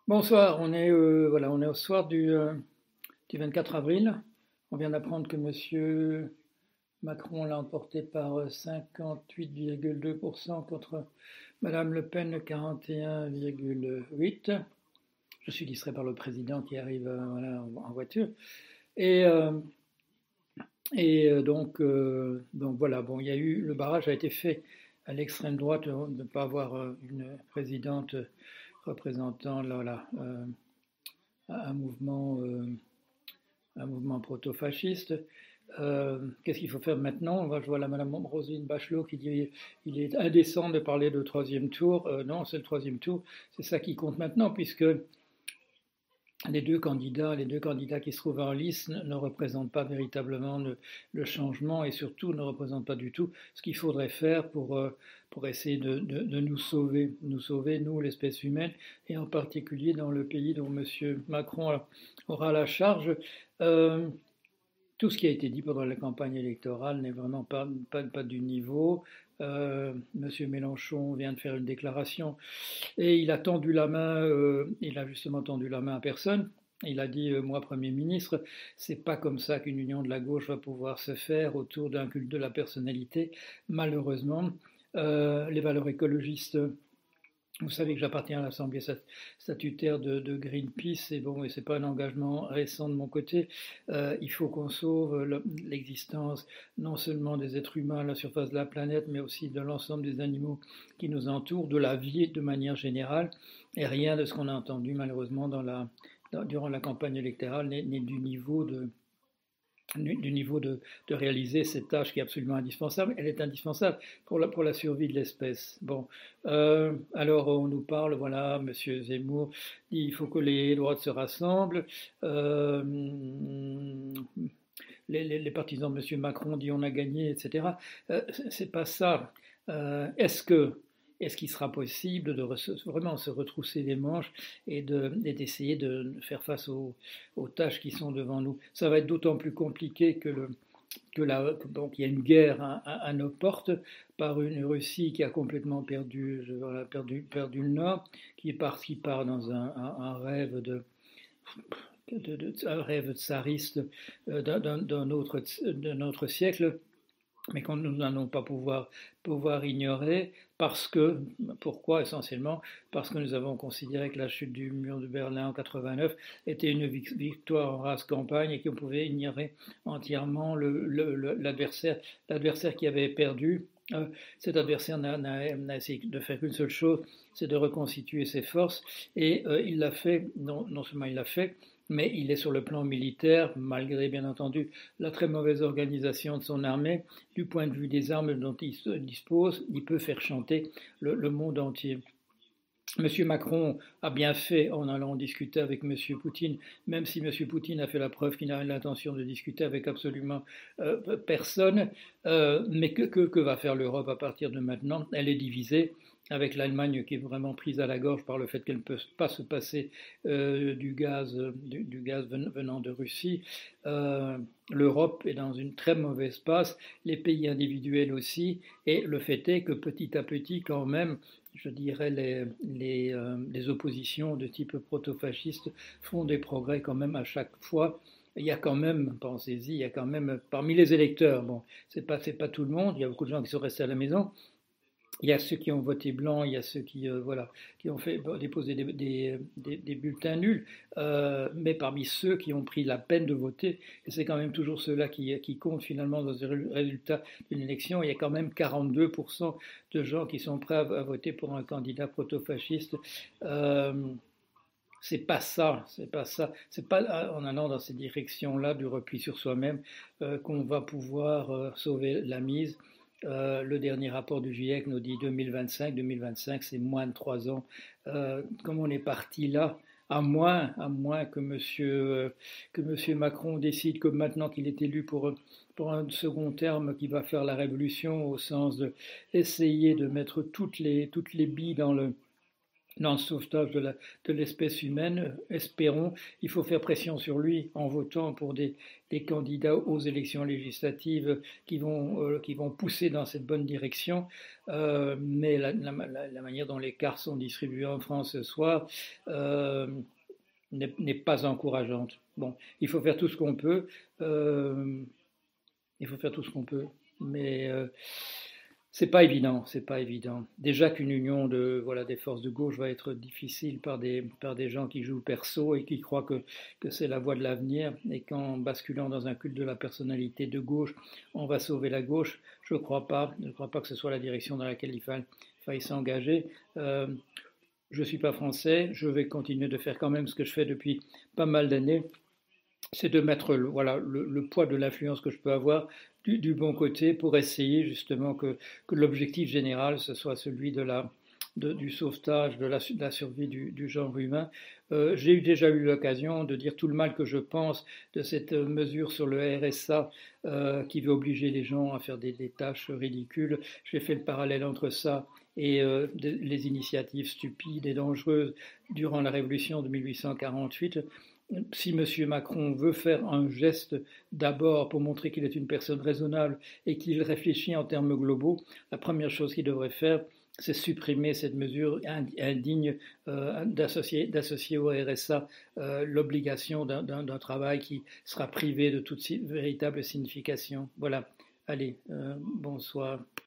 Bonsoir, on est au soir du 24 avril. On vient d'apprendre que Monsieur Macron l'a emporté par 58,2% contre Madame Le Pen 41,8%. Je suis distrait par le président qui arrive voilà, en voiture. Et, euh, donc voilà, bon, il y a eu, le barrage a été fait à l'extrême droite de ne pas avoir une présidente représentant là, un mouvement, euh, un mouvement proto-fasciste. Qu'est-ce qu'il faut faire maintenant? Je vois la Madame Roselyne Bachelot qui dit il est indécent de parler de troisième tour. Non, c'est le troisième tour, c'est ça qui compte maintenant, puisque les deux candidats qui se trouvent en lice ne représentent pas véritablement le changement et surtout ne représentent pas du tout ce qu'il faudrait faire pour essayer de nous sauver, nous, l'espèce humaine, et en particulier dans le pays dont M. Macron aura la charge. Euh, tout ce qui a été dit pendant la campagne électorale n'est vraiment pas du niveau. Monsieur Mélenchon vient de faire une déclaration et il a tendu la main, il a justement tendu la main à personne. Il a dit, moi, Premier ministre, c'est pas comme ça qu'une union de la gauche va pouvoir se faire autour d'un culte de la personnalité. Malheureusement, les valeurs écologistes, vous savez que j'appartiens à l'Assemblée statutaire de Greenpeace, et bon, et c'est pas un engagement récent de mon côté. Il faut qu'on sauve l'existence non seulement des êtres humains à la surface de la planète, mais aussi de l'ensemble des animaux qui nous entourent, de la vie de manière générale. Et rien de ce qu'on a entendu malheureusement durant la campagne électorale n'est du niveau de réaliser cette tâche qui est absolument indispensable. Elle est indispensable pour la survie de l'espèce. Bon, alors on nous parle, voilà, Monsieur Zemmour dit il faut que les droites se rassemblent. Les partisans de Monsieur Macron disent on a gagné, etc. C'est pas ça. Est-ce qu'il sera possible de vraiment se retrousser les manches et d'essayer de faire face aux tâches qui sont devant nous? Ça va être d'autant plus compliqué donc il y a une guerre à nos portes par une Russie qui a complètement perdu le Nord, qui part dans un rêve un rêve tsariste d'un autre siècle, mais que nous n'allons pas pouvoir ignorer pourquoi essentiellement? Parce que nous avons considéré que la chute du mur de Berlin en 89 était une victoire en race campagne et qu'on pouvait ignorer entièrement l'adversaire qui avait perdu. Cet adversaire n'a essayé de faire qu'une seule chose, c'est de reconstituer ses forces, et il l'a fait, non seulement il l'a fait, mais il est sur le plan militaire, malgré bien entendu la très mauvaise organisation de son armée, du point de vue des armes dont il dispose, il peut faire chanter le monde entier. Monsieur Macron a bien fait en allant discuter avec Monsieur Poutine, même si Monsieur Poutine a fait la preuve qu'il n'a l'intention de discuter avec absolument personne. Mais que va faire l'Europe à partir de maintenant? Elle est divisée, avec l'Allemagne qui est vraiment prise à la gorge par le fait qu'elle ne peut pas se passer du gaz venant de Russie. L'Europe est dans une très mauvaise passe, les pays individuels aussi, et le fait est que petit à petit, quand même, je dirais, les oppositions de type proto-fasciste font des progrès quand même à chaque fois. Il y a quand même, pensez-y, il y a quand même parmi les électeurs, bon, c'est pas tout le monde, il y a beaucoup de gens qui sont restés à la maison, il y a ceux qui ont voté blanc, il y a ceux qui ont fait déposer des bulletins nuls, mais parmi ceux qui ont pris la peine de voter, et c'est quand même toujours ceux-là qui comptent finalement dans le résultat d'une élection, il y a quand même 42% de gens qui sont prêts à voter pour un candidat proto-fasciste. C'est pas ça, c'est pas en allant dans ces directions-là du repli sur soi-même qu'on va pouvoir sauver la mise. Le dernier rapport du GIEC nous dit 2025. 2025, c'est moins de 3 ans. Comme on est parti là, à moins que monsieur Macron décide que maintenant qu'il est élu pour un second terme, qui va faire la révolution au sens de essayer de mettre toutes les billes dans le sauvetage de l'espèce humaine, espérons. Il faut faire pression sur lui en votant pour des candidats aux élections législatives qui vont pousser dans cette bonne direction. Mais la manière dont les cartes sont distribuées en France ce soir n'est pas encourageante. Bon, il faut faire tout ce qu'on peut. Il faut faire tout ce qu'on peut. Mais c'est pas évident, c'est pas évident. Déjà qu'une union des forces de gauche va être difficile par des gens qui jouent perso et qui croient que c'est la voie de l'avenir et qu'en basculant dans un culte de la personnalité de gauche, on va sauver la gauche. Je crois pas que ce soit la direction dans laquelle il faille s'engager. Je suis pas français, je vais continuer de faire quand même ce que je fais depuis pas mal d'années, c'est de mettre le poids de l'influence que je peux avoir du bon côté pour essayer justement que l'objectif général, ce soit celui du sauvetage, de la survie du genre humain. J'ai déjà eu l'occasion de dire tout le mal que je pense de cette mesure sur le RSA qui veut obliger les gens à faire des tâches ridicules. J'ai fait le parallèle entre ça et les initiatives stupides et dangereuses durant la révolution de 1848. Si M. Macron veut faire un geste d'abord pour montrer qu'il est une personne raisonnable et qu'il réfléchit en termes globaux, la première chose qu'il devrait faire, c'est supprimer cette mesure indigne d'associer au RSA l'obligation d'un travail qui sera privé de toute véritable signification. Voilà. Allez, bonsoir.